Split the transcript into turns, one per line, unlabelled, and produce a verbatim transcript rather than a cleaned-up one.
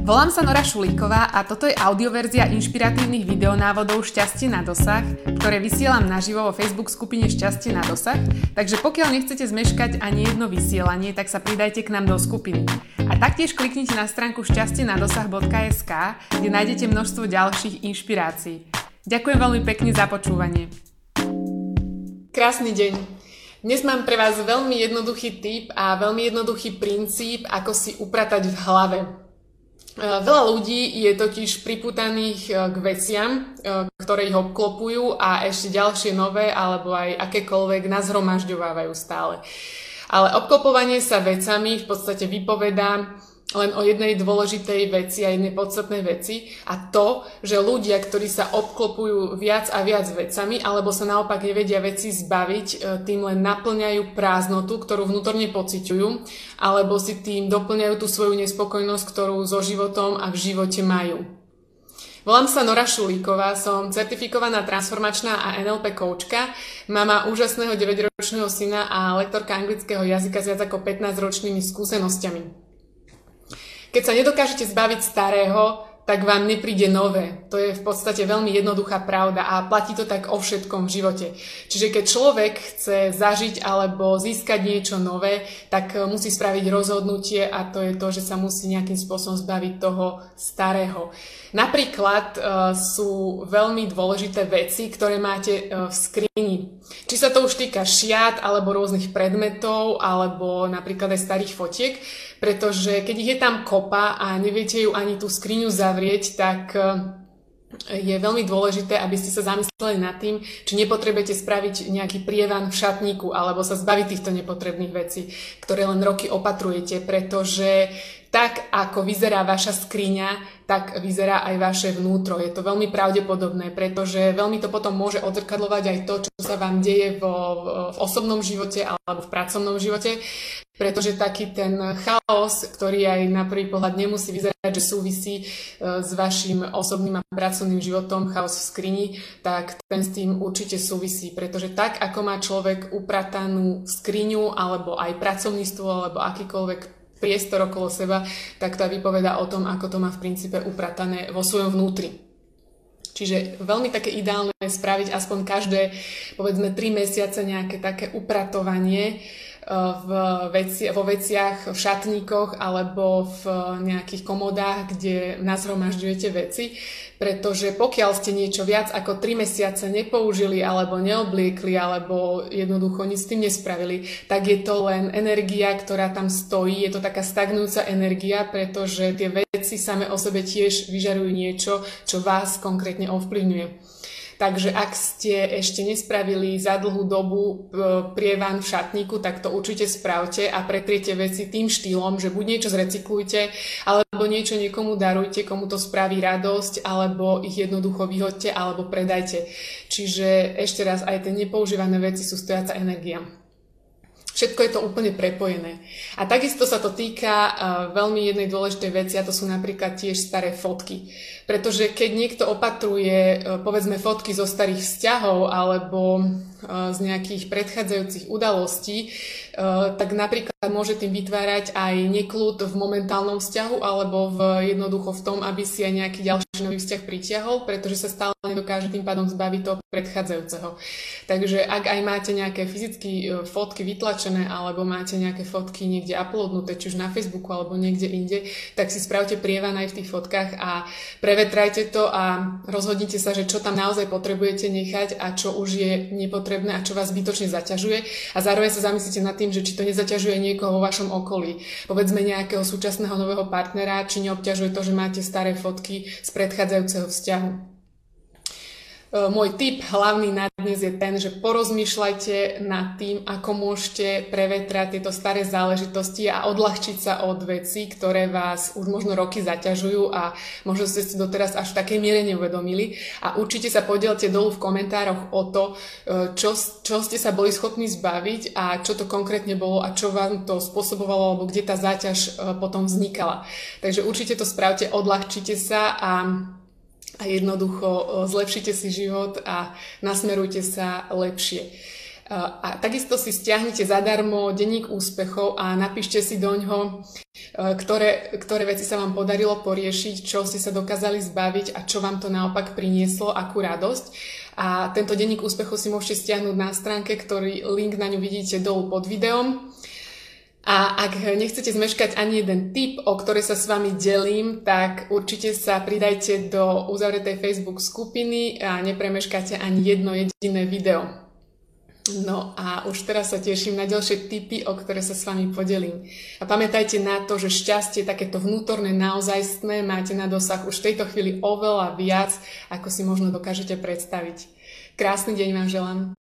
Volám sa Nora Šulíková a toto je audioverzia inšpiratívnych videonávodov Šťastie na dosah, ktoré vysielam naživo vo Facebook skupine Šťastie na dosah, takže pokiaľ nechcete zmeškať ani jedno vysielanie, tak sa pridajte k nám do skupiny. A taktiež kliknite na stránku šťastie na dosah bodka es ká, kde nájdete množstvo ďalších inšpirácií. Ďakujem veľmi pekne za počúvanie. Krásny deň. Dnes mám pre vás veľmi jednoduchý tip a veľmi jednoduchý princíp, ako si upratať v hlave. Veľa ľudí je totiž pripútaných k veciam, ktoré ich obklopujú a ešte ďalšie nové alebo aj akékoľvek nazhromažďovávajú stále. Ale obklopovanie sa vecami v podstate vypovedá len o jednej dôležitej veci a jednej podstatnej veci a to, že ľudia, ktorí sa obklopujú viac a viac vecami alebo sa naopak nevedia veci zbaviť, tým len naplňajú prázdnotu, ktorú vnútorne pociťujú, alebo si tým doplňajú tú svoju nespokojnosť, ktorú so životom a v živote majú. Volám sa Nora Šulíková, som certifikovaná transformačná a en el pé koučka, mama úžasného deväťročného syna a lektorka anglického jazyka s viac ako pätnásťročnými skúsenosťami. Keď sa nedokážete zbaviť starého, tak vám nepríde nové. To je v podstate veľmi jednoduchá pravda a platí to tak o všetkom v živote. Čiže keď človek chce zažiť alebo získať niečo nové, tak musí spraviť rozhodnutie a to je to, že sa musí nejakým spôsobom zbaviť toho starého. Napríklad uh, sú veľmi dôležité veci, ktoré máte uh, v skrini. Či sa to už týka šiat, alebo rôznych predmetov, alebo napríklad aj starých fotiek, pretože keď ich je tam kopa a neviete ju ani tú skriňu zavrieť, tak uh, je veľmi dôležité, aby ste sa zamysleli nad tým, či nepotrebujete spraviť nejaký prievan v šatníku, alebo sa zbaviť týchto nepotrebných vecí, ktoré len roky opatrujete, pretože tak, ako vyzerá vaša skriňa, tak vyzerá aj vaše vnútro. Je to veľmi pravdepodobné, pretože veľmi to potom môže odzrkadľovať aj to, čo sa vám deje vo, v osobnom živote alebo v pracovnom živote, pretože taký ten chaos, ktorý aj na prvý pohľad nemusí vyzerať, že súvisí s vašim osobným a pracovným životom, chaos v skrini, tak ten s tým určite súvisí, pretože tak, ako má človek upratanú skriňu alebo aj pracovný stôl alebo akýkoľvek priestor okolo seba, tak to vypovedá o tom, ako to má v princípe upratané vo svojom vnútri. Čiže veľmi také ideálne je spraviť aspoň každé, povedzme, tri mesiace nejaké také upratovanie v veci, vo veciach, v šatníkoch alebo v nejakých komodách, kde nazhromažďujete veci, pretože pokiaľ ste niečo viac ako tri mesiace nepoužili alebo neobliekli alebo jednoducho nič s tým nespravili, tak je to len energia, ktorá tam stojí, je to taká stagnujúca energia, pretože tie veci same o sebe tiež vyžarujú niečo, čo vás konkrétne ovplyvňuje. Takže ak ste ešte nespravili za dlhú dobu prievan v šatníku, tak to určite spravte a pretriete veci tým štýlom, že buď niečo zrecyklujte, alebo niečo niekomu darujte, komu to spraví radosť, alebo ich jednoducho vyhoďte, alebo predajte. Čiže ešte raz, aj tie nepoužívané veci sú stojaca energia. Všetko je to úplne prepojené. A takisto sa to týka uh, veľmi jednej dôležitej veci a to sú napríklad tiež staré fotky. Pretože keď niekto opatruje, uh, povedzme, fotky zo starých vzťahov alebo uh, z nejakých predchádzajúcich udalostí, uh, tak napríklad môže tým vytvárať aj nekľud v momentálnom vzťahu alebo v, jednoducho v tom, aby si aj nejaký ďalší nový vzťah pritiahol, pretože sa stále nedokáže tým pádom zbaviť toho predchádzajúceho. Takže ak aj máte nejaké fyzické uh, fotky vytlačené, alebo máte nejaké fotky niekde uploadnuté, či už na Facebooku alebo niekde inde, tak si spravte prievan aj v tých fotkách a prevetrajte to a rozhodnite sa, že čo tam naozaj potrebujete nechať a čo už je nepotrebné a čo vás zbytočne zaťažuje a zároveň sa zamyslite nad tým, že či to nezaťažuje niekoho vo vašom okolí. Povedzme nejakého súčasného nového partnera, či neobťažuje to, že máte staré fotky z predchádzajúceho vzťahu. Môj tip hlavný na dnes je ten, že porozmýšľajte nad tým, ako môžete prevetrať tieto staré záležitosti a odľahčiť sa od vecí, ktoré vás už možno roky zaťažujú a možno ste si doteraz až v takej miere neuvedomili. A určite sa podielte dolu v komentároch o to, čo, čo ste sa boli schopní zbaviť a čo to konkrétne bolo a čo vám to spôsobovalo, alebo kde tá záťaž potom vznikala. Takže určite to spravte, odľahčite sa a a jednoducho zlepšite si život a nasmerujte sa lepšie. A takisto si stiahnite zadarmo denník úspechov a napíšte si doňho, ktoré, ktoré veci sa vám podarilo poriešiť, čo ste sa dokázali zbaviť a čo vám to naopak prinieslo, akú radosť. A tento denník úspechov si môžete stiahnuť na stránke, ktorý link na ňu vidíte dolu pod videom. A ak nechcete zmeškať ani jeden tip, o ktorý sa s vami delím, tak určite sa pridajte do uzavretej Facebook skupiny a nepremeškáte ani jedno jediné video. No a už teraz sa teším na ďalšie tipy, o ktoré sa s vami podelím. A pamätajte na to, že šťastie takéto vnútorné, naozajstné máte na dosah už v tejto chvíli oveľa viac, ako si možno dokážete predstaviť. Krásny deň vám želám.